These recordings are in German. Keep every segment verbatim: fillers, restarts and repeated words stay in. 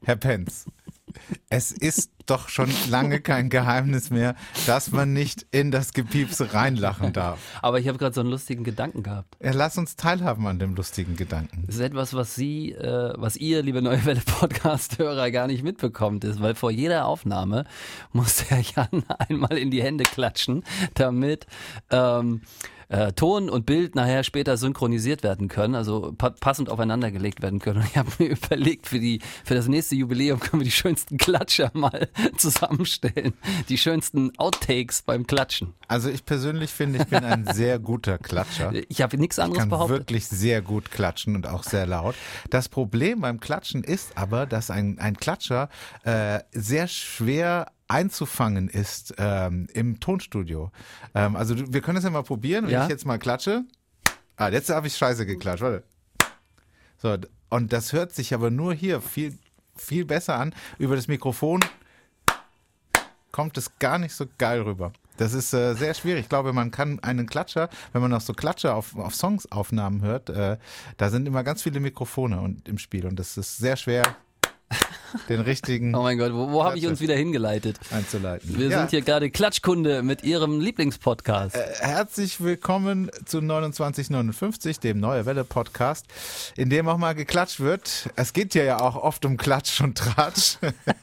Herr Penz, es ist doch schon lange kein Geheimnis mehr, dass man nicht in das Gepiepse reinlachen darf. Aber ich habe gerade so einen lustigen Gedanken gehabt. Ja, lass uns teilhaben an dem lustigen Gedanken. Das ist etwas, was Sie, äh, was ihr, liebe Neue Welle Podcast-Hörer, gar nicht mitbekommt, ist, weil vor jeder Aufnahme muss der Jan einmal in die Hände klatschen, damit ähm, äh, Ton und Bild nachher später synchronisiert werden können, also pa- passend aufeinander gelegt werden können. Und ich habe mir überlegt, für die für das nächste Jubiläum können wir die schönsten Klatscher mal zusammenstellen. Die schönsten Outtakes beim Klatschen. Also ich persönlich finde, ich bin ein sehr guter Klatscher. Ich habe nichts anderes Ich kann behauptet. wirklich sehr gut klatschen und auch sehr laut. Das Problem beim Klatschen ist aber, dass ein, ein Klatscher äh, sehr schwer einzufangen ist ähm, im Tonstudio. Ähm, also du, wir können das ja mal probieren, wenn Ja? ich jetzt mal klatsche. Ah, jetzt habe ich scheiße geklatscht, warte. So, und das hört sich aber nur hier viel, viel besser an. Über das Mikrofon kommt es gar nicht so geil rüber. Das ist äh, sehr schwierig. Ich glaube, man kann einen Klatscher, wenn man noch so Klatscher auf, auf Songsaufnahmen hört, äh, da sind immer ganz viele Mikrofone und, im Spiel und das ist sehr schwer, den richtigen Oh mein Gott, wo, wo habe ich uns wieder hingeleitet? einzuleiten. Wir Ja. sind hier gerade Klatschkunde mit Ihrem Lieblingspodcast. Äh, Herzlich willkommen zu neunundzwanzig neunundfünfzig, dem Neue Welle Podcast, in dem auch mal geklatscht wird. Es geht hier ja auch oft um Klatsch und Tratsch.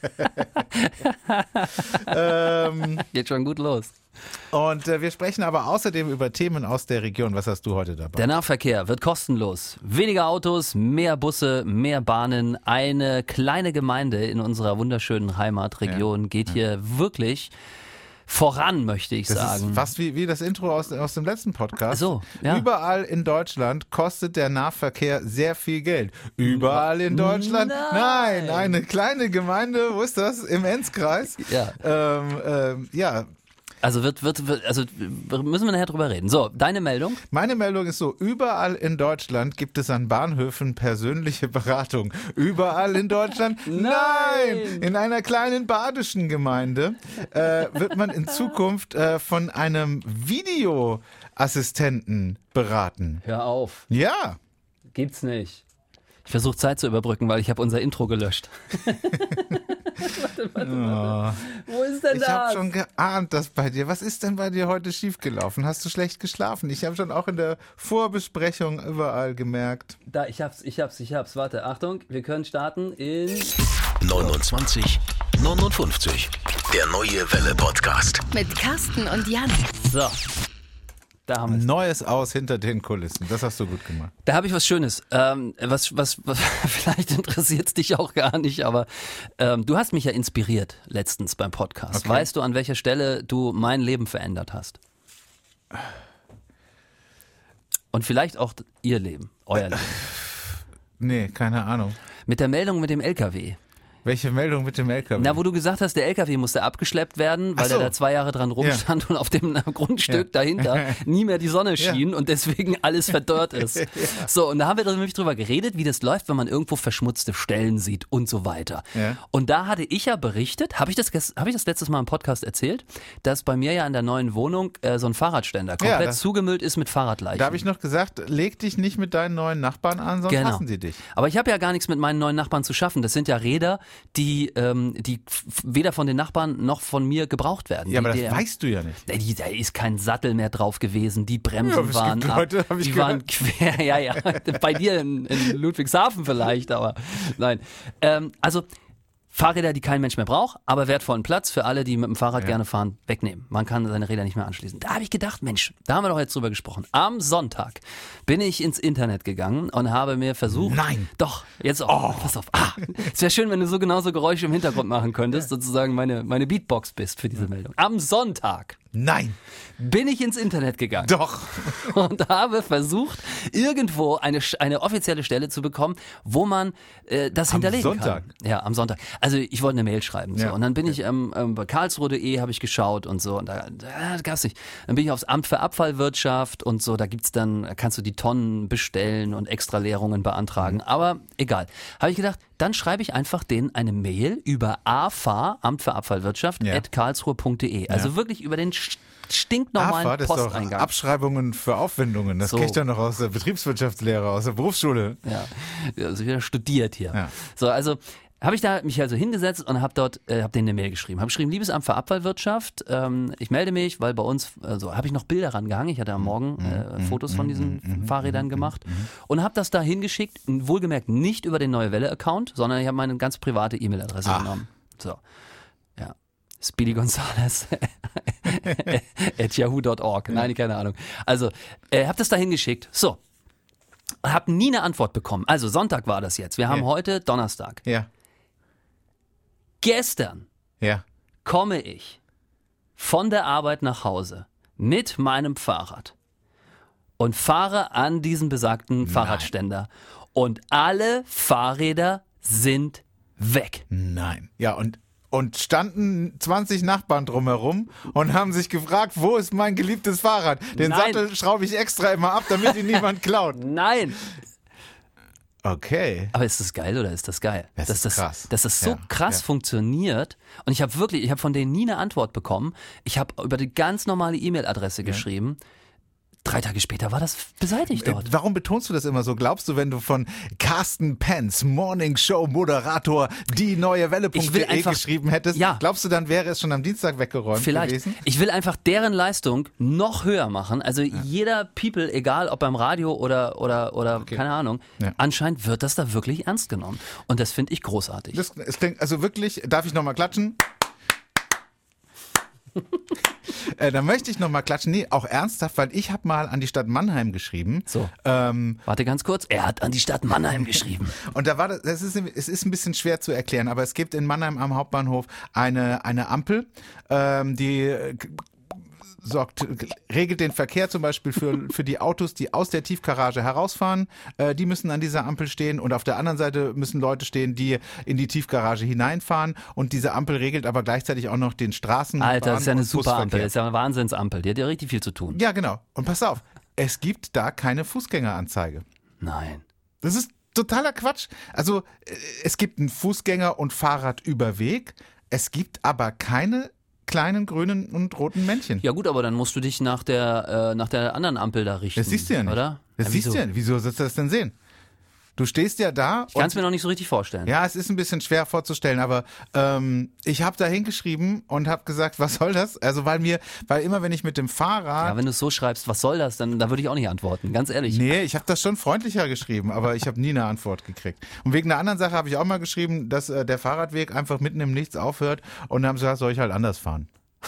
ähm, Geht schon gut los. und äh, wir sprechen aber außerdem über Themen aus der Region. Was hast du heute dabei? Der Nahverkehr wird kostenlos. Weniger Autos, mehr Busse, mehr Bahnen. Eine kleine Gemeinde in unserer wunderschönen Heimatregion Ja. geht hier wirklich voran, möchte ich Das sagen. ist fast wie, wie das Intro aus, aus dem letzten Podcast. So, ja. Überall in Deutschland kostet der Nahverkehr sehr viel Geld. Überall in Deutschland? Nein. Nein, eine kleine Gemeinde, wo ist das? Im Enzkreis? Ja. Ähm, ähm, ja, Also wird, wird, wird, also müssen wir nachher drüber reden. So, deine Meldung? meine Meldung ist so, überall in Deutschland gibt es an Bahnhöfen persönliche Beratung. Überall in Deutschland? Nein! In einer kleinen badischen Gemeinde äh, wird man in Zukunft äh, von einem Videoassistenten beraten. Hör auf. Ja. Gibt's nicht. Ich versuche Zeit zu überbrücken, weil ich habe unser Intro gelöscht. warte, warte, warte. Wo ist denn Ich habe das? schon geahnt, dass bei dir. Was ist denn bei dir heute schiefgelaufen? Hast du schlecht geschlafen? Ich habe schon auch in der Vorbesprechung überall gemerkt. Da, ich hab's, ich hab's, ich hab's. Warte, Achtung, wir können starten in... neunundzwanzig neunundfünfzig. Der Neue Welle Podcast. Mit Carsten und Jan. So, da haben wir's. Neues aus hinter den Kulissen. Das hast du gut gemacht. Da habe ich was Schönes. Ähm, was, was, was, vielleicht interessiert es dich auch gar nicht, aber ähm, du hast mich ja inspiriert letztens beim Podcast. Okay. Weißt du, an welcher Stelle du mein Leben verändert hast? Und vielleicht auch ihr Leben, euer Leben. Nee, keine Ahnung. Mit der Meldung mit dem L K W. Welche Meldung mit dem L K W? Na, wo du gesagt hast, der L K W musste abgeschleppt werden, weil Ach so. der da zwei Jahre dran rumstand und auf dem Grundstück Ja. dahinter nie mehr die Sonne schien und deswegen alles verdörrt ist. So, und da haben wir nämlich drüber geredet, wie das läuft, wenn man irgendwo verschmutzte Stellen sieht und so weiter. Ja. Und da hatte ich ja berichtet, habe ich das ges- habe ich das letztes Mal im Podcast erzählt, dass bei mir ja in der neuen Wohnung äh, so ein Fahrradständer komplett das- zugemüllt ist mit Fahrradleichen. Da habe ich noch gesagt, leg dich nicht mit deinen neuen Nachbarn an, sonst Genau. hassen sie dich. Aber ich habe ja gar nichts mit meinen neuen Nachbarn zu schaffen. Das sind ja Räder, die, ähm, die f- weder von den Nachbarn noch von mir gebraucht werden. Ja, aber die, das die, weißt du ja nicht. Da, die, da ist kein Sattel mehr drauf gewesen, die Ja, Bremsen aber es waren gibt ab, Leute, hab ich die gehört. waren quer, ja, ja, bei dir in, in Ludwigshafen vielleicht, aber nein. Ähm, also Fahrräder, die kein Mensch mehr braucht, aber wertvollen Platz für alle, die mit dem Fahrrad Ja. gerne fahren, wegnehmen. Man kann seine Räder nicht mehr anschließen. Da habe ich gedacht, Mensch, da haben wir doch jetzt drüber gesprochen. Am Sonntag bin ich ins Internet gegangen und habe mir versucht... Nein. Doch, jetzt auch. Pass auf. Ah, es wäre schön, wenn du so genauso Geräusche im Hintergrund machen könntest, sozusagen meine, meine Beatbox bist für diese Meldung. Am Sonntag Nein, bin ich ins Internet gegangen doch. und habe versucht, irgendwo eine, Sch- eine offizielle Stelle zu bekommen, wo man äh, das Am hinterlegen Sonntag? kann. Ja, am Sonntag. Also ich wollte eine Mail schreiben. So. Ja, Und dann bin ich ähm, ähm, bei karlsruhe punkt de habe ich geschaut und so. Und da, da gab's nicht. Dann bin ich aufs Amt für Abfallwirtschaft und so. Da gibt's dann, kannst du die Tonnen bestellen und Extraleerungen beantragen. Mhm. Aber egal. Habe ich gedacht, dann schreibe ich einfach denen eine Mail über A F A, Amt für Abfallwirtschaft, Ja. at karlsruhe punkt de. Also Ja. wirklich über den st- stinknormalen A F A, das ist doch Posteingang. Abschreibungen für Aufwendungen. Das So. kriegt er noch aus der Betriebswirtschaftslehre, aus der Berufsschule. Ja, also wieder studiert hier. Ja. So, also habe ich da mich also hingesetzt und habe dort, äh, habe denen eine Mail geschrieben. Habe geschrieben, liebes Amt für Abfallwirtschaft, ähm, ich melde mich, weil bei uns, also habe ich noch Bilder rangehangen. Ich hatte am Morgen äh, Fotos von diesen Fahrrädern gemacht und habe das da hingeschickt, wohlgemerkt nicht über den Neue Welle-Account, sondern ich habe meine ganz private E-Mail-Adresse genommen. So, ja. Speedy Gonzales at yahoo dot org. Nein, keine Ahnung. Also, äh, habe das da hingeschickt. So. Habe nie eine Antwort bekommen. Also, Sonntag war das jetzt. Wir haben Ja. heute Donnerstag. Ja. Gestern Ja. komme ich von der Arbeit nach Hause mit meinem Fahrrad und fahre an diesen besagten Fahrradständer. Und alle Fahrräder sind weg. Nein. Ja, und, und standen zwanzig Nachbarn drumherum und haben sich gefragt, wo ist mein geliebtes Fahrrad? Den Nein. Sattel schraube ich extra immer ab, damit ihn niemand klaut. Nein. Okay. Aber ist das geil oder ist das geil? Das dass ist das, krass. Dass das so Ja, krass ja. funktioniert. Und ich habe wirklich, ich habe von denen nie eine Antwort bekommen. Ich habe über die ganz normale E-Mail-Adresse geschrieben. Drei Tage später war das beseitigt Äh, dort. Warum betonst du das immer so? Glaubst du, wenn du von Carsten Penz, Morning Show Moderator, die neue Ich will Welle.de einfach- geschrieben hättest, Ja. glaubst du, dann wäre es schon am Dienstag weggeräumt Vielleicht. gewesen? Ich will einfach deren Leistung noch höher machen. Also jeder People, egal ob beim Radio oder, oder, oder keine Ahnung, Ja. anscheinend wird das da wirklich ernst genommen. Und das finde ich großartig. Das, es klingt, also wirklich, darf ich nochmal klatschen? äh, da möchte ich nochmal klatschen. Nee, auch ernsthaft, weil ich habe mal an die Stadt Mannheim geschrieben. So. Ähm, Warte ganz kurz. Er hat an die Stadt Mannheim geschrieben. und da war das, das ist, es ist ein bisschen schwer zu erklären, aber es gibt in Mannheim am Hauptbahnhof eine, eine Ampel, ähm, die äh, sorgt, regelt den Verkehr zum Beispiel für, für die Autos, die aus der Tiefgarage herausfahren. Äh, die müssen an dieser Ampel stehen und auf der anderen Seite müssen Leute stehen, die in die Tiefgarage hineinfahren. Und diese Ampel regelt aber gleichzeitig auch noch den Straßen. Alter, das ist ja eine und super Ampel. Busverkehr. Das ist ja eine Wahnsinnsampel. Die hat ja richtig viel zu tun. Ja, genau. Und pass auf, es gibt da keine Fußgängeranzeige. Nein. Das ist totaler Quatsch. Also äh, es gibt einen Fußgänger- und Fahrradüberweg. Es gibt aber keine kleinen grünen und roten Männchen. Ja gut, aber dann musst du dich nach der, äh, nach der anderen Ampel da richten. Das siehst du ja nicht. Oder? Das ja, siehst wieso? du ja nicht. Wieso sollst du das denn sehen? Du stehst ja da. Ich kann es und- mir noch nicht so richtig vorstellen. Ja, es ist ein bisschen schwer vorzustellen, aber ähm, ich habe da hingeschrieben und habe gesagt, was soll das? Also weil mir, weil immer wenn ich mit dem Fahrrad, Ja, wenn du es so schreibst, was soll das, dann da würde ich auch nicht antworten, ganz ehrlich. nee, ich habe das schon freundlicher geschrieben, aber ich habe nie eine Antwort gekriegt. Und wegen einer anderen Sache habe ich auch mal geschrieben, dass äh, der Fahrradweg einfach mitten im Nichts aufhört und dann haben sie gesagt, soll ich halt anders fahren.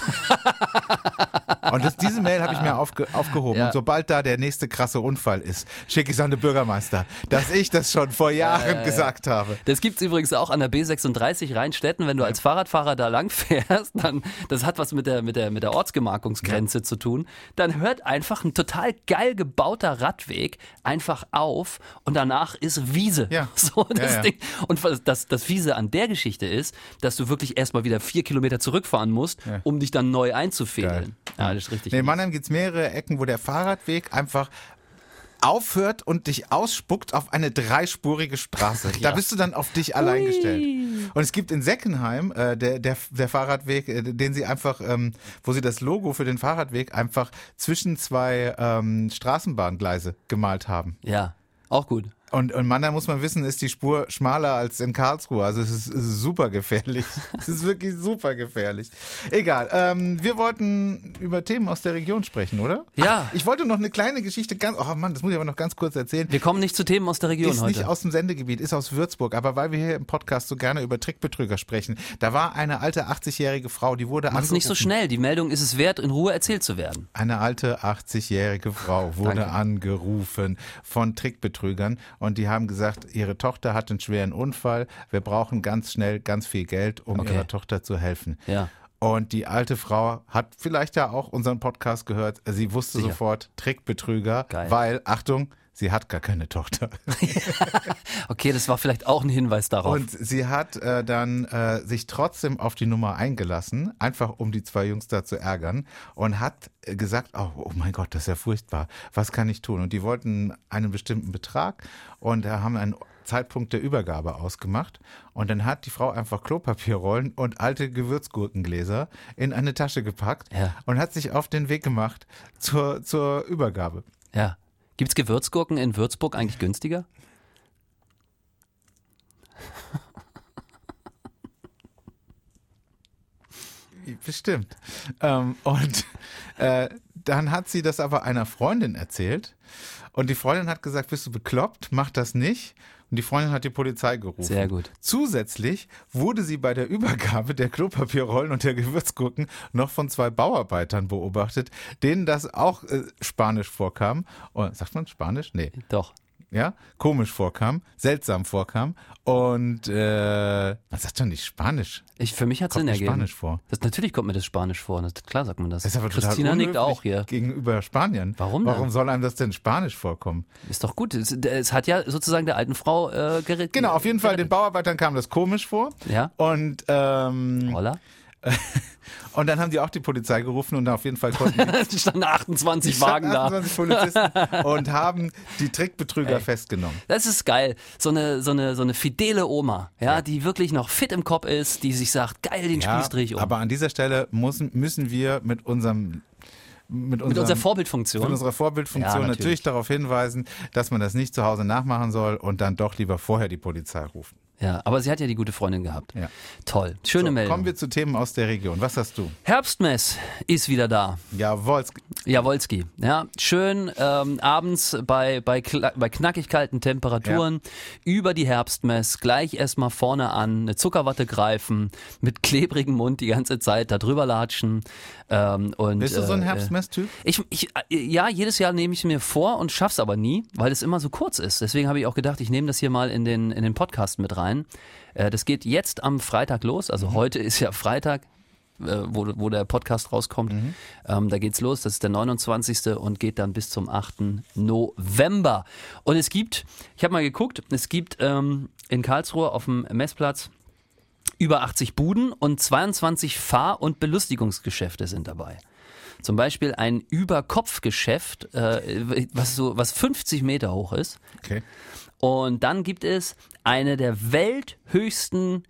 Und das, diese Mail habe ich mir aufge, aufgehoben. Ja. Und sobald da der nächste krasse Unfall ist, schicke ich es an den Bürgermeister, dass ich das schon vor Jahren gesagt habe. Das gibt's übrigens auch an der B sechsunddreißig Rheinstetten, wenn du als Fahrradfahrer da lang fährst, dann, das hat was mit der, mit der, mit der Ortsgemarkungsgrenze zu tun, dann hört einfach ein total geil gebauter Radweg einfach auf und danach ist Wiese. Ja. So, das Ja, ja. Ding. Und was das, das Fiese an der Geschichte ist, dass du wirklich erstmal wieder vier Kilometer zurückfahren musst, Ja. um dich dann neu einzufädeln. Geil. Ja, das ist richtig. Nee, in Mannheim gibt es mehrere Ecken, wo der Fahrradweg einfach aufhört und dich ausspuckt auf eine dreispurige Straße. Da bist du dann auf dich allein gestellt. Und es gibt in Seckenheim äh, der, der, der Fahrradweg, äh, den sie einfach, ähm, wo sie das Logo für den Fahrradweg einfach zwischen zwei ähm, Straßenbahngleise gemalt haben. Ja, auch gut. Und in Mannheim muss man wissen, ist die Spur schmaler als in Karlsruhe. Also es ist, es ist super gefährlich. Es ist wirklich super gefährlich. Egal. Ähm, wir wollten über Themen aus der Region sprechen, oder? Ja. Ach, ich wollte noch eine kleine Geschichte ganz. Oh Mann, das muss ich aber noch ganz kurz erzählen. Wir kommen nicht zu Themen aus der Region Ist heute. nicht aus dem Sendegebiet, ist aus Würzburg. Aber weil wir hier im Podcast so gerne über Trickbetrüger sprechen, da war eine alte achtzigjährige Frau, die wurde Mach's angerufen. nicht so schnell. Die Meldung ist es wert, in Ruhe erzählt zu werden. Eine alte achtzigjährige Frau wurde Danke. angerufen von Trickbetrügern und die haben gesagt, ihre Tochter hat einen schweren Unfall. Wir brauchen ganz schnell ganz viel Geld, um Okay. ihrer Tochter zu helfen. Ja. Und die alte Frau hat vielleicht ja auch unseren Podcast gehört. Sie wusste Sicher. sofort Trickbetrüger, Geil. weil, Achtung, sie hat gar keine Tochter. Okay, das war vielleicht auch ein Hinweis darauf. Und sie hat äh, dann äh, sich trotzdem auf die Nummer eingelassen, einfach um die zwei Jungs da zu ärgern und hat äh, gesagt, oh, oh mein Gott, das ist ja furchtbar, was kann ich tun? Und die wollten einen bestimmten Betrag und da haben einen Zeitpunkt der Übergabe ausgemacht und dann hat die Frau einfach Klopapierrollen und alte Gewürzgurkengläser in eine Tasche gepackt Ja. und hat sich auf den Weg gemacht zur, zur Übergabe. Ja. Gibt's Gewürzgurken in Würzburg eigentlich günstiger? bestimmt. Ähm, und äh, dann hat sie das aber einer Freundin erzählt. Und die Freundin hat gesagt, bist du bekloppt? Mach das nicht. Und die Freundin hat die Polizei gerufen. Sehr gut. Zusätzlich wurde sie bei der Übergabe der Klopapierrollen und der Gewürzgurken noch von zwei Bauarbeitern beobachtet, denen das auch äh, Spanisch vorkam. Oh, sagt man Spanisch? Nee. Doch. Ja, komisch vorkam, seltsam vorkam und äh, man sagt doch nicht Spanisch. Ich, für mich hat es Sinn Kommt mir ergeben. Spanisch vor. Das, natürlich kommt mir das Spanisch vor. Das, klar sagt man das. Das ist aber total Christina nickt unhöflich auch hier. gegenüber Spaniern. Warum denn? Warum soll einem das denn Spanisch vorkommen? Ist doch gut. Es, es hat ja sozusagen der alten Frau äh, gerettet. Genau, auf jeden Fall, den Bauarbeitern kam das komisch vor. Ja. Und ähm, Holla. Und dann haben die auch die Polizei gerufen und auf jeden Fall konnten die Es standen achtundzwanzig Wagen da. achtundzwanzig Polizisten und haben die Trickbetrüger Ey. festgenommen. Das ist geil. So eine, so eine, so eine fidele Oma, ja, die wirklich noch fit im Kopf ist, die sich sagt, geil, den Spieß dreh ich um. Aber an dieser Stelle müssen, müssen wir mit unserem mit, unserem, Mit unserer Vorbildfunktion. Mit unserer Vorbildfunktion Ja, natürlich. natürlich darauf hinweisen, dass man das nicht zu Hause nachmachen soll und dann doch lieber vorher die Polizei rufen. Ja, aber sie hat ja die gute Freundin gehabt. Ja. Toll. Schöne So, Meldung. kommen wir zu Themen aus der Region. Was hast du? Herbstmess ist wieder da. Jawohl. Jawolski. Ja, schön ähm, abends bei, bei, kla- bei knackig kalten Temperaturen über die Herbstmess gleich erstmal vorne an, eine Zuckerwatte greifen, mit klebrigem Mund die ganze Zeit da drüber latschen. Ähm, und, Bist du so ein äh, Herbstmess-Typ? Ich, ich, äh, ja, jedes Jahr nehme ich es mir vor und schaff's aber nie, weil es immer so kurz ist. Deswegen habe ich auch gedacht, ich nehme das hier mal in den, in den Podcast mit rein. Äh, das geht jetzt am Freitag los. Also Mhm. heute ist ja Freitag, äh, wo, wo der Podcast rauskommt. Mhm. Ähm, da geht's los. Das ist der neunundzwanzigste und geht dann bis zum achten November. Und es gibt, ich habe mal geguckt, es gibt ähm, in Karlsruhe auf dem Messplatz über achtzig Buden und zweiundzwanzig Fahr- und Belustigungsgeschäfte sind dabei. Zum Beispiel ein Überkopfgeschäft, äh, was so was fünfzig Meter hoch ist. Okay. Und dann gibt es eine der welthöchsten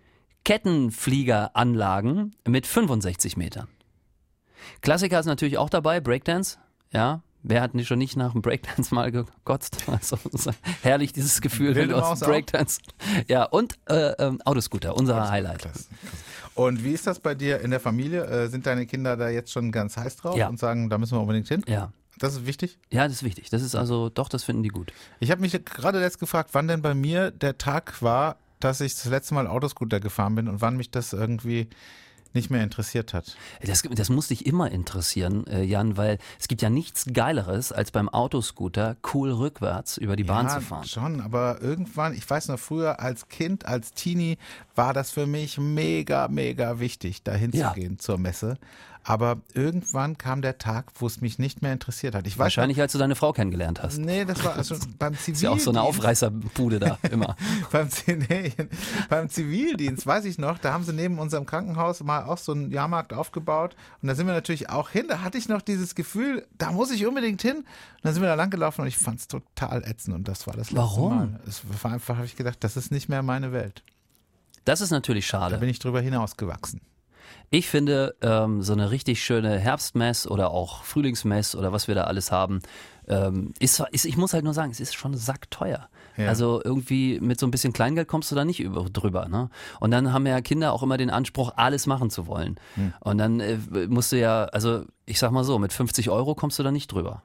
Kettenfliegeranlagen mit fünfundsechzig Metern. Klassiker ist natürlich auch dabei, Breakdance. Ja, wer hat nicht schon nicht nach dem Breakdance mal gekotzt? Also, herrlich dieses Gefühl, wenn Wilde du aus Maus dem Breakdance. Ja, und äh, ähm, Autoscooter, unser Highlight. Klasse, klasse. Und wie ist das bei dir in der Familie? Äh, sind deine Kinder da jetzt schon ganz heiß drauf Ja. und sagen, da müssen wir unbedingt hin? Ja. Das ist wichtig? Ja, das ist wichtig. Das ist also, doch, das finden die gut. Ich habe mich gerade letzt gefragt, wann denn bei mir der Tag war, dass ich das letzte Mal Autoscooter gefahren bin und wann mich das irgendwie nicht mehr interessiert hat. Das, das muss dich immer interessieren, äh, Jan, weil es gibt ja nichts Geileres, als beim Autoscooter cool rückwärts über die Bahn ja, zu fahren. schon, aber irgendwann, ich weiß noch früher als Kind, als Teenie, war das für mich mega, mega wichtig, dahin Ja. zu gehen zur Messe. Aber irgendwann kam der Tag, wo es mich nicht mehr interessiert hat. Ich weiß Wahrscheinlich, als du deine Frau kennengelernt hast. noch, nee, das war also beim Ist ja Zivildienst. auch so eine Aufreißerbude da, immer. beim, Z- nee, beim Zivildienst, weiß ich noch, da haben sie neben unserem Krankenhaus mal auch so einen Jahrmarkt aufgebaut und da sind wir natürlich auch hin, da hatte ich noch dieses Gefühl, da muss ich unbedingt hin und dann sind wir da lang gelaufen und ich fand es total ätzend und das war das letzte Warum? Mal. Es war einfach, habe ich gedacht, das ist nicht mehr meine Welt. Das ist natürlich Da schade. bin ich drüber hinausgewachsen. Ich finde, ähm, so eine richtig schöne Herbstmess oder auch Frühlingsmess oder was wir da alles haben, ähm, ist, ist, ich muss halt nur sagen, es ist schon sackteuer. Ja. Also irgendwie mit so ein bisschen Kleingeld kommst du da nicht über, drüber. Ne? Und dann haben ja Kinder auch immer den Anspruch, alles machen zu wollen. Hm. Und dann äh, musst du ja, also ich sag mal so, mit fünfzig Euro kommst du da nicht drüber.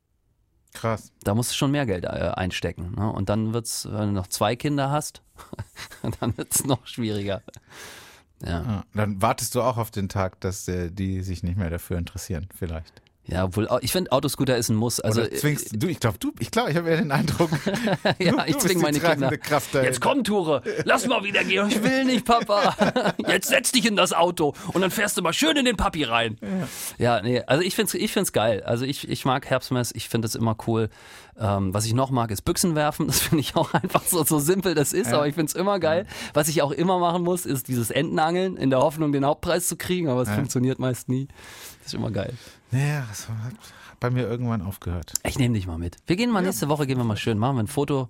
Krass. Da musst du schon mehr Geld äh, einstecken. Ne? Und dann wird's, wenn du noch zwei Kinder hast, dann wird's noch schwieriger. Ja. Ja, dann wartest du auch auf den Tag, dass äh, die sich nicht mehr dafür interessieren, vielleicht. Ja, obwohl, ich finde, Autoscooter ist ein Muss. Also, Oder zwingst du, ich glaube, du, ich glaube, ich habe ja den Eindruck, ja, du, ich du zwinge bist meine die treibende Kinder. Kraft dahin. Jetzt komm, Ture, lass mal wieder gehen. Ich will nicht, Papa. Jetzt setz dich in das Auto und dann fährst du mal schön in den Papi rein. Ja, ja nee, also ich find's, ich find's geil. Also ich, ich mag Herbstmess, ich finde es immer cool. Ähm, was ich noch mag, ist Büchsen werfen. Das finde ich auch einfach so, so simpel das ist, Ja. aber ich find's immer geil. Was ich auch immer machen muss, ist dieses Entenangeln in der Hoffnung, den Hauptpreis zu kriegen, aber es Ja. funktioniert meist nie. Das ist immer geil. Ja, das hat bei mir irgendwann aufgehört. Ich nehme dich mal mit. Wir gehen mal nächste Woche, gehen wir mal schön, machen wir ein Foto.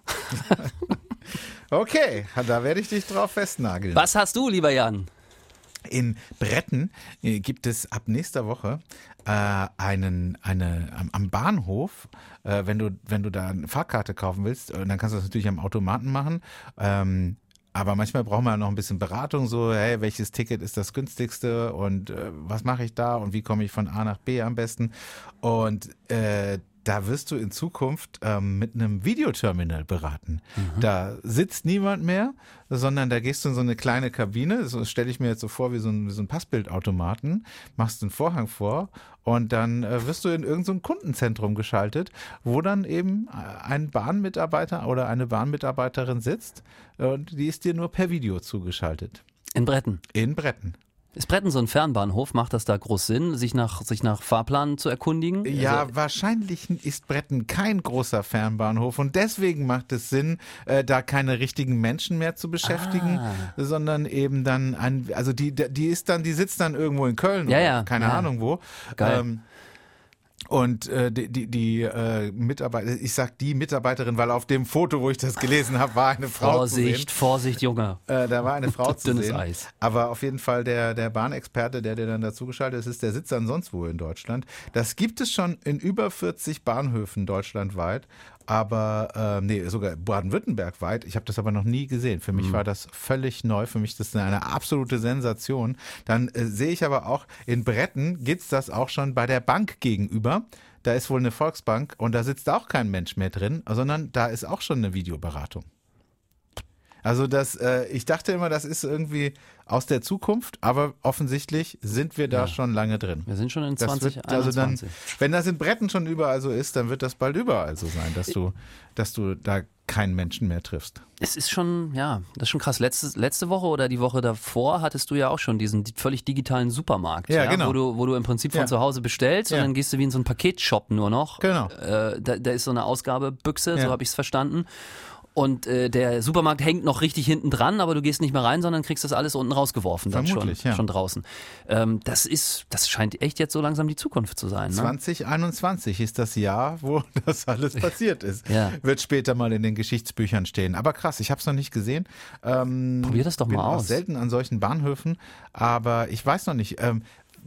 Okay, da werde ich dich drauf festnageln. Was hast du, lieber Jan? In Bretten äh, gibt es ab nächster Woche äh, einen, eine, am, am Bahnhof, äh, wenn du, wenn du da eine Fahrkarte kaufen willst, äh, dann kannst du das natürlich am Automaten machen, ähm, aber manchmal braucht man noch ein bisschen Beratung, so, hey, welches Ticket ist das günstigste und äh, was mache ich da und wie komme ich von A nach B am besten? Und äh, da wirst du in Zukunft ähm, mit einem Videoterminal beraten. Mhm. Da sitzt niemand mehr, sondern da gehst du in so eine kleine Kabine, das stelle ich mir jetzt so vor wie so ein, wie so ein Passbildautomaten, machst einen Vorhang vor und dann äh, wirst du in irgendein so Kundenzentrum geschaltet, wo dann eben ein Bahnmitarbeiter oder eine Bahnmitarbeiterin sitzt und die ist dir nur per Video zugeschaltet. In Bretten? In Bretten. Ist Bretten so ein Fernbahnhof? Macht das da groß Sinn, sich nach, sich nach Fahrplan zu erkundigen? Ja, also, wahrscheinlich ist Bretten kein großer Fernbahnhof und deswegen macht es Sinn, äh, da keine richtigen Menschen mehr zu beschäftigen, ah. sondern eben dann ein, also die, die ist dann, die sitzt dann irgendwo in Köln ja, oder ja, keine ja. Ahnung wo. Geil. Ähm, Und äh, die, die, die äh, Mitarbeiter, ich sag die Mitarbeiterin, weil auf dem Foto, wo ich das gelesen habe, war eine Frau Vorsicht, zu sehen. Vorsicht, Vorsicht, Junge. Äh, da war eine Frau zu Dünnes sehen. Eis. Aber auf jeden Fall der, der Bahnexperte, der dir dann dazugeschaltet ist, ist der sitzt dann sonst wo in Deutschland. Das gibt es schon in über vierzig Bahnhöfen deutschlandweit. Aber, äh, nee, sogar baden-württemberg weit. Ich habe das aber noch nie gesehen. Für mich mhm. war das völlig neu. Für mich ist das eine absolute Sensation. Dann äh, sehe ich aber auch, in Bretten gibt's das auch schon bei der Bank gegenüber. Da ist wohl eine Volksbank und da sitzt auch kein Mensch mehr drin, sondern da ist auch schon eine Videoberatung. Also das, äh, ich dachte immer, das ist irgendwie aus der Zukunft, aber offensichtlich sind wir da ja. schon lange drin. Wir sind schon in das zwanzig wird, also dann, einundzwanzig. wenn das in Bretten schon überall so ist, dann wird das bald überall so sein, dass du, dass du da keinen Menschen mehr triffst. Es ist schon, ja, das ist schon krass. Letzte, letzte Woche oder die Woche davor hattest du ja auch schon diesen völlig digitalen Supermarkt, ja, ja, genau. wo du, wo du im Prinzip von ja. zu Hause bestellst ja. und dann gehst du wie in so einen Paketshop nur noch. Genau. Äh, da, da ist so eine Ausgabebüchse, ja. so habe ich es verstanden. Und äh, der Supermarkt hängt noch richtig hinten dran, aber du gehst nicht mehr rein, sondern kriegst das alles unten rausgeworfen dann Vermutlich, schon, ja. schon draußen. Ähm, das ist, das scheint echt jetzt so langsam die Zukunft zu sein. Ne? zwanzig einundzwanzig ist das Jahr, wo das alles passiert ist. Ja. Wird später mal in den Geschichtsbüchern stehen. Aber krass, ich habe es noch nicht gesehen. Ähm, Probier das doch bin mal auch aus. selten an solchen Bahnhöfen, aber ich weiß noch nicht. Ähm,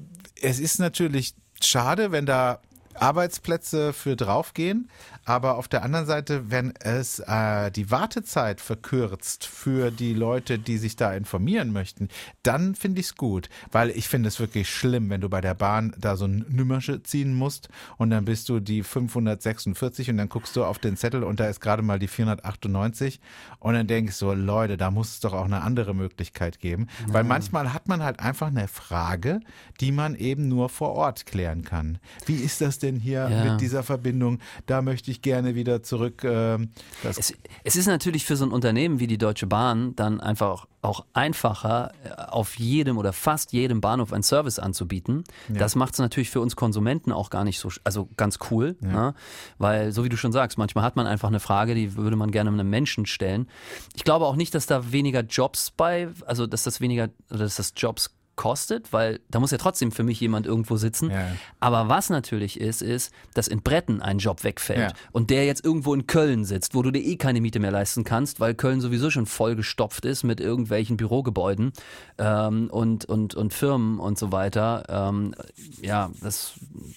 es ist natürlich schade, wenn da Arbeitsplätze für draufgehen, aber auf der anderen Seite, wenn es äh, die Wartezeit verkürzt für die Leute, die sich da informieren möchten, dann finde ich es gut, weil ich finde es wirklich schlimm, wenn du bei der Bahn da so ein Nümmersche ziehen musst und dann bist du die fünfhundertsechsundvierzig und dann guckst du auf den Zettel und da ist gerade mal die vierhundertachtundneunzig und dann denkst du, so, Leute, da muss es doch auch eine andere Möglichkeit geben, ja. weil manchmal hat man halt einfach eine Frage, die man eben nur vor Ort klären kann. Wie ist das denn hier ja. mit dieser Verbindung? Da möchte ich gerne wieder zurück. Äh, das es, es ist natürlich für so ein Unternehmen wie die Deutsche Bahn dann einfach auch einfacher, auf jedem oder fast jedem Bahnhof einen Service anzubieten. Ja. Das macht es natürlich für uns Konsumenten auch gar nicht so, also ganz cool, ja. ne? Weil, so wie du schon sagst, manchmal hat man einfach eine Frage, die würde man gerne einem Menschen stellen. Ich glaube auch nicht, dass da weniger Jobs bei, also dass das weniger, oder dass das Jobs kostet, weil da muss ja trotzdem für mich jemand irgendwo sitzen. Ja. Aber was natürlich ist, ist, dass in Bretten ein Job wegfällt ja. und der jetzt irgendwo in Köln sitzt, wo du dir eh keine Miete mehr leisten kannst, weil Köln sowieso schon vollgestopft ist mit irgendwelchen Bürogebäuden ähm, und, und, und Firmen und so weiter. Ähm, ja, das,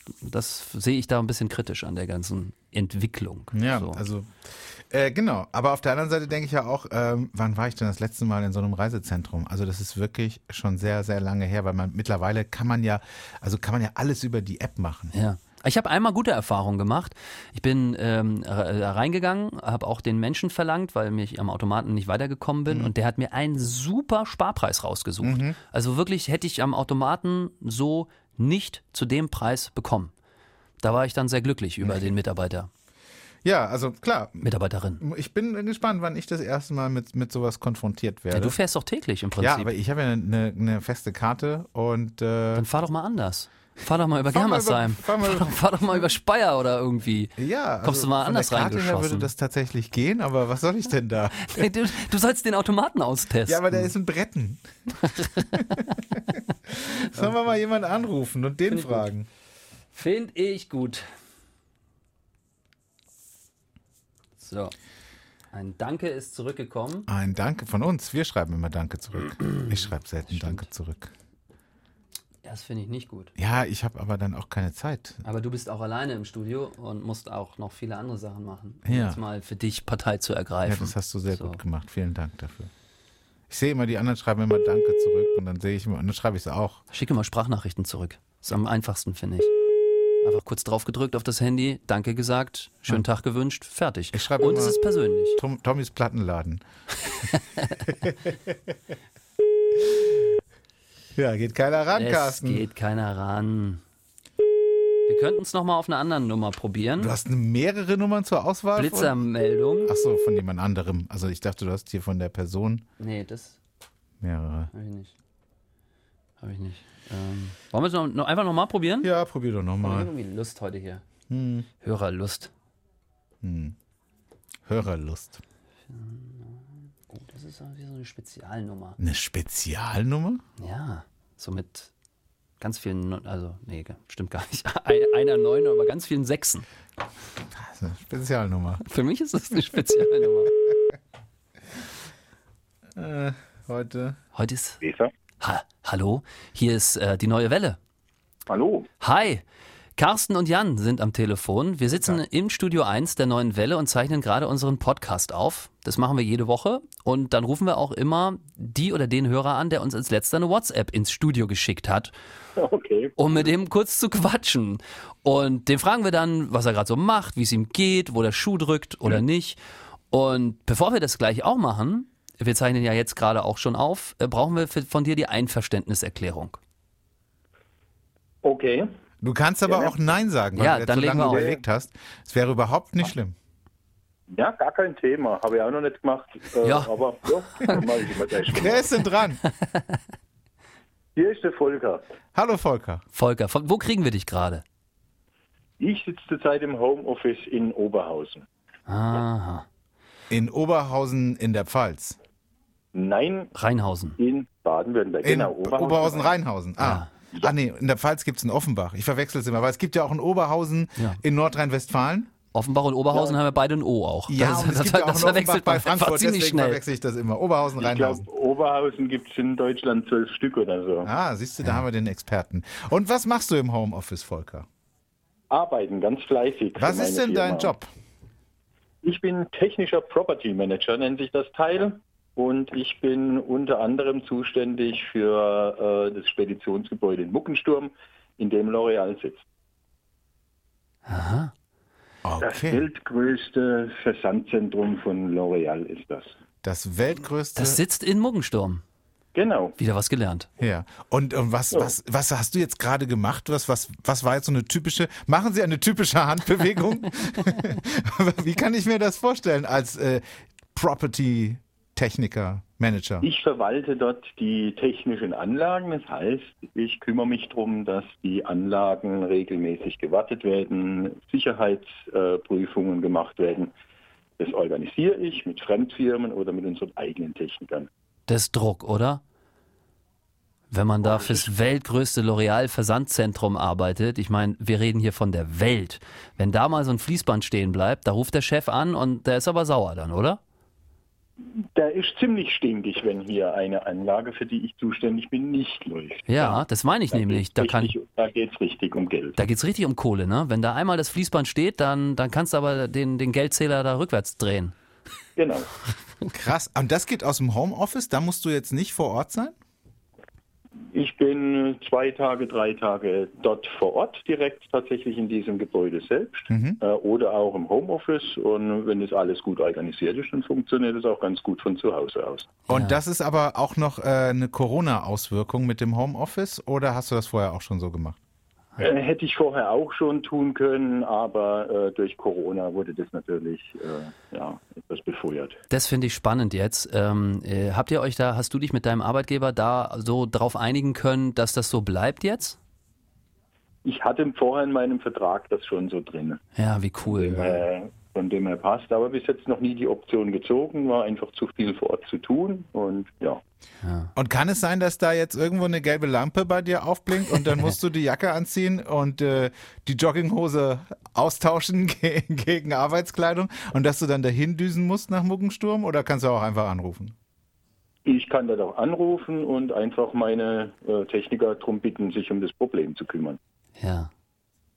das sehe ich da ein bisschen kritisch an der ganzen Entwicklung. Ja, so. also Äh, genau, aber auf der anderen Seite denke ich ja auch, ähm, wann war ich denn das letzte Mal in so einem Reisezentrum? Also das ist wirklich schon sehr, sehr lange her, weil man mittlerweile kann man ja, also kann man ja alles über die App machen. Ja. Ich habe einmal gute Erfahrungen gemacht. Ich bin ähm, reingegangen, habe auch den Menschen verlangt, weil ich am Automaten nicht weitergekommen bin, mhm. und der hat mir einen super Sparpreis rausgesucht. Mhm. Also wirklich hätte ich am Automaten so nicht zu dem Preis bekommen. Da war ich dann sehr glücklich über mhm. den Mitarbeiter. Ja, also klar. Mitarbeiterin. Ich bin gespannt, wann ich das erste Mal mit, mit sowas konfrontiert werde. Ja, du fährst doch täglich im Prinzip. Ja, aber ich habe ja eine, eine feste Karte und... Äh, Dann fahr doch mal anders. Fahr doch mal über Germersheim. Fahr, fahr, fahr, fahr doch mal über Speyer oder irgendwie. Ja, also kommst du mal anders von der Karte reingeschossen. her würde das tatsächlich gehen, aber was soll ich denn da? Nee, du, du sollst den Automaten austesten. Ja, aber der ist in Bretten. Sollen wir mal jemanden anrufen und den Find fragen? Finde ich gut. So, ein Danke ist zurückgekommen. Ein Danke von uns. Wir schreiben immer Danke zurück. Ich schreibe selten Danke zurück. Ja, das finde ich nicht gut. Ja, ich habe aber dann auch keine Zeit. Aber du bist auch alleine im Studio und musst auch noch viele andere Sachen machen, um ja. jetzt mal für dich Partei zu ergreifen. Ja, das hast du sehr so. gut gemacht. Vielen Dank dafür. Ich sehe immer, die anderen schreiben immer Danke zurück und dann sehe ich immer, und dann schreibe ich es auch. Schicke mal Sprachnachrichten zurück. Ist am einfachsten, finde ich. Einfach kurz drauf gedrückt auf das Handy, Danke gesagt, schönen Hm. Tag gewünscht, fertig. Ich schreibe Und immer- es ist persönlich. Tom, Tommys Plattenladen. Ja, geht keiner ran, Es Carsten. geht keiner ran. Wir könnten es nochmal auf einer anderen Nummer probieren. Du hast mehrere Nummern zur Auswahl? von- Blitzermeldung. Ach so, von jemand anderem. Also ich dachte, du hast hier von der Person Nee, das mehrere. habe ich nicht. Habe ich nicht. Ähm, wollen wir es noch, noch einfach nochmal probieren? Ja, probier doch Ich habe nochmal. irgendwie Lust heute hier. Hm. Hörerlust. Hm. Hörerlust. Oh, das ist irgendwie so eine Spezialnummer. Eine Spezialnummer? Ja, so mit ganz vielen, Neu- also nee, stimmt gar nicht. Ein- Einer neun, aber ganz vielen Sechsen. Das ist eine Spezialnummer. Für mich ist das eine Spezialnummer. Äh, heute. Heute ist, Weser. ha, hallo, hier ist äh, die neue Welle. Hallo. Hi, Carsten und Jan sind am Telefon. Wir sitzen im Studio eins der neuen Welle und zeichnen gerade unseren Podcast auf. Das machen wir jede Woche und dann rufen wir auch immer die oder den Hörer an, der uns als letzter eine WhatsApp ins Studio geschickt hat, Okay. um mit ihm kurz zu quatschen. Und den fragen wir dann, was er gerade so macht, wie es ihm geht, wo der Schuh drückt oder nicht. Und bevor wir das gleich auch machen, wir zeichnen ja jetzt gerade auch schon auf, äh, brauchen wir für, von dir die Einverständniserklärung. Okay. Du kannst aber Ja. auch Nein sagen, weil Ja, du jetzt dann so legen lange wir auf. überlegt hast. Es wäre überhaupt nicht schlimm. Ja, gar kein Thema. Habe ich auch noch nicht gemacht. Äh, Ja. Aber ja, dann mache ich immer gleich. Wer ist denn dran? Hier ist der Volker. Hallo Volker. Volker, von, wo kriegen wir dich gerade? Ich sitze zurzeit im Homeoffice in Oberhausen. Aha, In Oberhausen in der Pfalz. Nein, Rheinhausen. in Baden-Württemberg. In Genau, Oberhausen-Rheinhausen. Ah. ah, nee, in der Pfalz gibt es in Offenbach. Ich verwechsel es immer, weil es gibt ja auch in Oberhausen Ja. in Nordrhein-Westfalen. Offenbach und Oberhausen haben wir beide ein O auch. Ja, das, und es das, gibt ja auch das in Offenbach verwechselt bei man einfach Frankfurt, ziemlich deswegen schnell. verwechsel ich das immer. Ich glaube, Oberhausen-Rheinhausen. Oberhausen gibt es in Deutschland zwölf Stück oder so. Ah, siehst du, da haben wir den Experten. Und was machst du im Homeoffice, Volker? Arbeiten ganz fleißig. für Was ist meine denn dein Firma. Job? Ich bin technischer Property Manager, nennt sich das Teil. Und ich bin unter anderem zuständig für äh, das Speditionsgebäude in Muckensturm, in dem L'Oreal sitzt. Aha. Das Okay. weltgrößte Versandzentrum von L'Oreal ist das. Das weltgrößte. Das sitzt in Muggensturm. Genau. Wieder was gelernt. Ja. Und, und was, was, was hast du jetzt gerade gemacht? Was, was, was war jetzt so eine typische, machen Sie eine typische Handbewegung? Wie kann ich mir das vorstellen als äh, Property-Techniker, Manager? Ich verwalte dort die technischen Anlagen. Das heißt, ich kümmere mich darum, dass die Anlagen regelmäßig gewartet werden, Sicherheitsprüfungen gemacht werden. Das organisiere ich mit Fremdfirmen oder mit unseren eigenen Technikern. Das ist Druck, oder? Wenn man da fürs weltgrößte L'Oreal-Versandzentrum arbeitet, ich meine, wir reden hier von der Welt. Wenn da mal so ein Fließband stehen bleibt, da ruft der Chef an und der ist aber sauer dann, oder? Der ist ziemlich stinkig, wenn hier eine Anlage, für die ich zuständig bin, nicht läuft. Ja, das meine ich Da nämlich. geht's Da, kann, richtig- da geht es richtig um Geld. da geht's richtig um Kohle, ne? Wenn da einmal das Fließband steht, dann, dann kannst du aber den, den Geldzähler da rückwärts drehen. Genau. Krass. Und das geht aus dem Homeoffice? Da musst du jetzt nicht vor Ort sein? Ich bin zwei Tage, drei Tage dort vor Ort, direkt tatsächlich in diesem Gebäude selbst Mhm. äh, oder auch im Homeoffice. Und wenn das alles gut organisiert ist, dann funktioniert es auch ganz gut von zu Hause aus. Und Ja. das ist aber auch noch äh, eine Corona-Auswirkung mit dem Homeoffice oder hast du das vorher auch schon so gemacht? Äh, hätte ich vorher auch schon tun können, aber äh, durch Corona wurde das natürlich äh, ja, etwas befeuert. Das finde ich spannend jetzt. Ähm, äh, habt ihr euch da, hast du dich mit deinem Arbeitgeber da so drauf einigen können, dass das so bleibt jetzt? Ich hatte vorher in meinem Vertrag das schon so drin. Ja, wie cool. Äh, von dem her passt, aber bis jetzt noch nie die Option gezogen, war einfach zu viel vor Ort zu tun und ja. Und kann es sein, dass da jetzt irgendwo eine gelbe Lampe bei dir aufblinkt und dann musst du die Jacke anziehen und äh, die Jogginghose austauschen ge gegen Arbeitskleidung und dass du dann dahin düsen musst nach Muggensturm oder kannst du auch einfach anrufen? Ich kann da doch anrufen und einfach meine äh, Techniker darum bitten, sich um das Problem zu kümmern. Ja.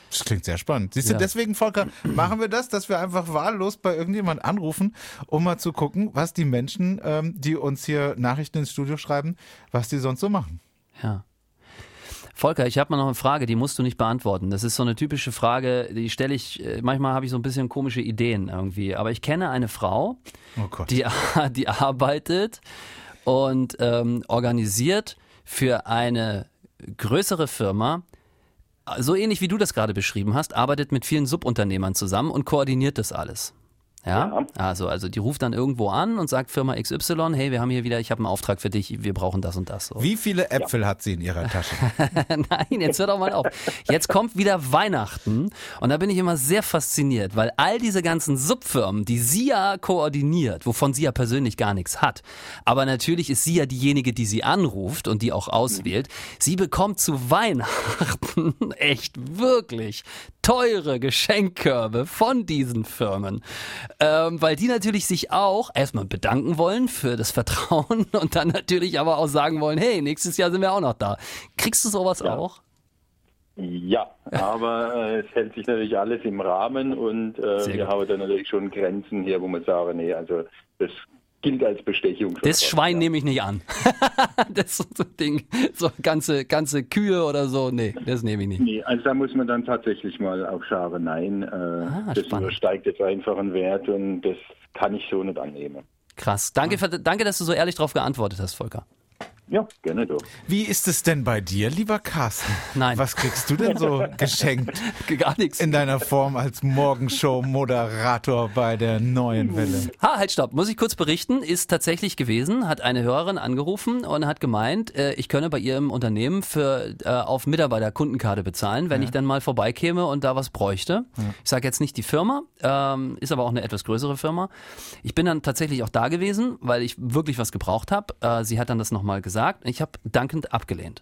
Das klingt sehr spannend. Siehst du, Ja. deswegen, Volker, machen wir das, dass wir einfach wahllos bei irgendjemand anrufen, um mal zu gucken, was die Menschen, ähm, die uns hier Nachrichten ins Studio schreiben, was die sonst so machen. Ja. Volker, ich habe mal noch eine Frage, die musst du nicht beantworten. Das ist so eine typische Frage, die stelle ich, äh, manchmal habe ich so ein bisschen komische Ideen irgendwie. Aber ich kenne eine Frau, Oh Gott. die, die arbeitet und ähm, organisiert für eine größere Firma, so ähnlich wie du das gerade beschrieben hast, arbeitet mit vielen Subunternehmern zusammen und koordiniert das alles. Ja? Ja. Also, also die ruft dann irgendwo an und sagt Firma X Y, hey, wir haben hier wieder, ich habe einen Auftrag für dich, wir brauchen das und das. So. Wie viele Äpfel hat sie in ihrer Tasche? Nein, jetzt hör doch mal auf. Jetzt kommt wieder Weihnachten und da bin ich immer sehr fasziniert, weil all diese ganzen Subfirmen, die sie ja koordiniert, wovon sie ja persönlich gar nichts hat, aber natürlich ist sie ja diejenige, die sie anruft und die auch auswählt, sie bekommt zu Weihnachten echt wirklich teure Geschenkkörbe von diesen Firmen, ähm, weil die natürlich sich auch erstmal bedanken wollen für das Vertrauen und dann natürlich aber auch sagen wollen, hey, nächstes Jahr sind wir auch noch da. Kriegst du sowas Ja. auch? Ja, aber äh, es hält sich natürlich alles im Rahmen und äh, Sehr wir gut. haben da natürlich schon Grenzen hier, wo man sagen, nee, also das gilt als Bestechung. Das schon. Schwein Ja. nehme ich nicht an. Das ist so ein Ding, so ganze, ganze Kühe oder so, nee, das nehme ich nicht. Nee, also da muss man dann tatsächlich mal auch schauen, nein, äh, das spannend. übersteigt jetzt einfach einen Wert und das kann ich so nicht annehmen. Krass. Danke, für, danke, dass du so ehrlich darauf geantwortet hast, Volker. Ja, gerne doch. Wie ist es denn bei dir, lieber Carsten? Nein. Was kriegst du denn so geschenkt Gar nichts. in deiner Form als Morgenshow-Moderator bei der neuen Welle? Ha, halt, stopp. Muss ich kurz berichten, ist tatsächlich gewesen, hat eine Hörerin angerufen und hat gemeint, äh, ich könne bei ihr im Unternehmen für äh, auf Mitarbeiterkundenkarte bezahlen, wenn ich dann mal vorbeikäme und da was bräuchte. Ich sage jetzt nicht die Firma, ähm, ist aber auch eine etwas größere Firma. Ich bin dann tatsächlich auch da gewesen, weil ich wirklich was gebraucht habe. Äh, sie hat dann das nochmal gesagt. Ich habe dankend abgelehnt.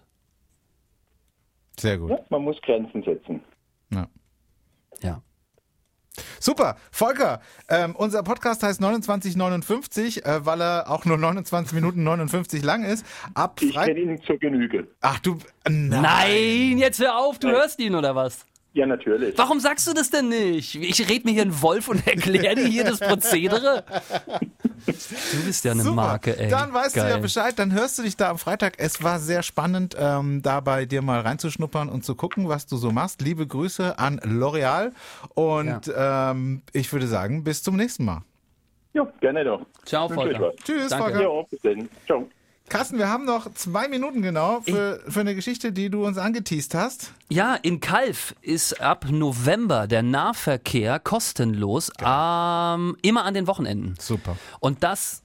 Sehr gut. Ja, man muss Grenzen setzen. Ja. Ja. Super, Volker, ähm, unser Podcast heißt neunundzwanzig neunundfünfzig, äh, weil er auch nur neunundzwanzig Minuten neunundfünfzig lang ist. Ab Ich Freitag. kenne ihn zur Genüge. Ach du, nein. Nein, jetzt hör auf, du Nein. hörst ihn oder was? Ja, natürlich. Warum sagst du das denn nicht? Ich rede mir hier einen Wolf und erkläre dir hier das Prozedere. Du bist ja eine Super. Marke, ey. Dann weißt Geil. du ja Bescheid, dann hörst du dich da am Freitag. Es war sehr spannend, ähm, da bei dir mal reinzuschnuppern und zu gucken, was du so machst. Liebe Grüße an L'Oreal und ähm, ich würde sagen, bis zum nächsten Mal. Ja, gerne doch. Ciao, Wünsche euch Volker. was. Tschüss, Danke. Volker. Ja, bis dann. Ciao. Carsten, wir haben noch zwei Minuten genau für, für eine Geschichte, die du uns angeteast hast. Ja, in Calw ist ab November der Nahverkehr kostenlos, ähm, immer an den Wochenenden. Super. Und das,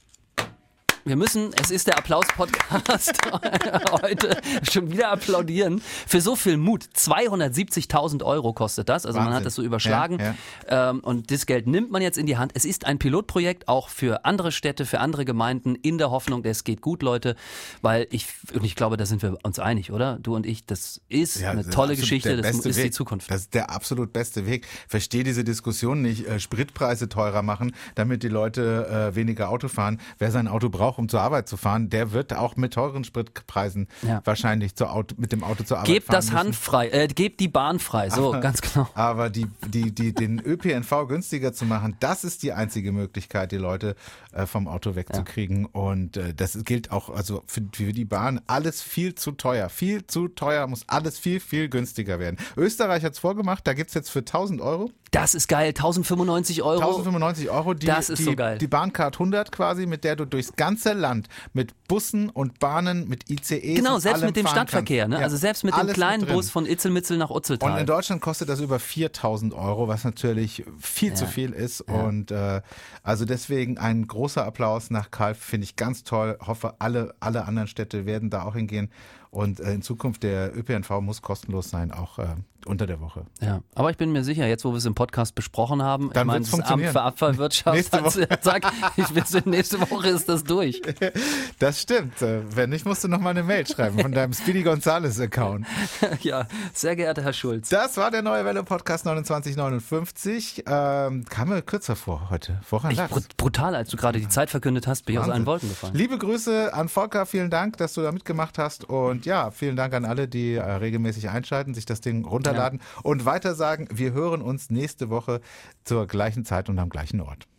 wir müssen, es ist der Applaus-Podcast heute, schon wieder applaudieren, für so viel Mut. zweihundertsiebzigtausend Euro kostet das, also man Wahnsinn. hat das so überschlagen. Ja, Ähm, und das Geld nimmt man jetzt in die Hand. Es ist ein Pilotprojekt auch für andere Städte, für andere Gemeinden, in der Hoffnung, es geht gut, Leute, weil ich, und ich glaube, da sind wir uns einig, oder? Du und ich, das ist Ja, eine das ist tolle absolut Geschichte, der das beste ist Weg. die Zukunft. Das ist der absolut beste Weg. Verstehe diese Diskussion nicht, äh, Spritpreise teurer machen, damit die Leute äh, weniger Auto fahren. Wer sein Auto braucht, um zur Arbeit zu fahren, der wird auch mit teuren Spritpreisen Ja. wahrscheinlich zur Auto, mit dem Auto zur Arbeit Gebt fahren das müssen. Hand frei, äh, gebt die Bahn frei, so, ganz genau. Aber die, die, die, den Ö P N V günstiger zu machen, das ist die einzige Möglichkeit, die Leute äh, vom Auto wegzukriegen. Und äh, das gilt auch also für, für die Bahn. Alles viel zu teuer. Viel zu teuer, muss alles viel, viel günstiger werden. Österreich hat es vorgemacht, da gibt es jetzt für tausend Euro, Das ist geil, tausendfünfundneunzig Euro. tausendfünfundneunzig Euro, die, Das ist die, so geil. die Bahncard hundert quasi, mit der du durchs ganze Land mit Bussen und Bahnen, mit I C Es Genau, und selbst allem mit dem fahren Stadtverkehr, kannst. ne? Ja, Also selbst mit dem alles kleinen mit drin. Bus von Itzelmitzel nach Und Utzeltal. in Deutschland kostet das über viertausend Euro, was natürlich viel zu viel ist. Und äh, also deswegen ein großer Applaus nach Calw, finde ich ganz toll. Hoffe, alle, alle anderen Städte werden da auch hingehen. Und äh, in Zukunft, der Ö P N V muss kostenlos sein, auch äh, unter der Woche. Ja, aber ich bin mir sicher, jetzt wo wir es im Podcast besprochen haben, Dann ich meine, wird's das Amt funktionieren. für Abfallwirtschaft Nächste hat gesagt, ich will, nächste Woche ist das durch. Das stimmt. Äh, wenn nicht, musst du noch mal eine Mail schreiben von deinem Speedy Gonzales-Account. Ja, sehr geehrter Herr Schulz. Das war der Neue Welle Podcast neunundzwanzig neunundfünfzig. Ähm, kam mir kürzer vor heute. Woran Ich, lag's? br- brutal, als du gerade die Zeit verkündet hast, bin ich aus Wahnsinn. allen Wolken gefallen. Liebe Grüße an Volker, vielen Dank, dass du da mitgemacht hast und Und ja, vielen Dank an alle, die äh, regelmäßig einschalten, sich das Ding runterladen ja. und weiter sagen, wir hören uns nächste Woche zur gleichen Zeit und am gleichen Ort.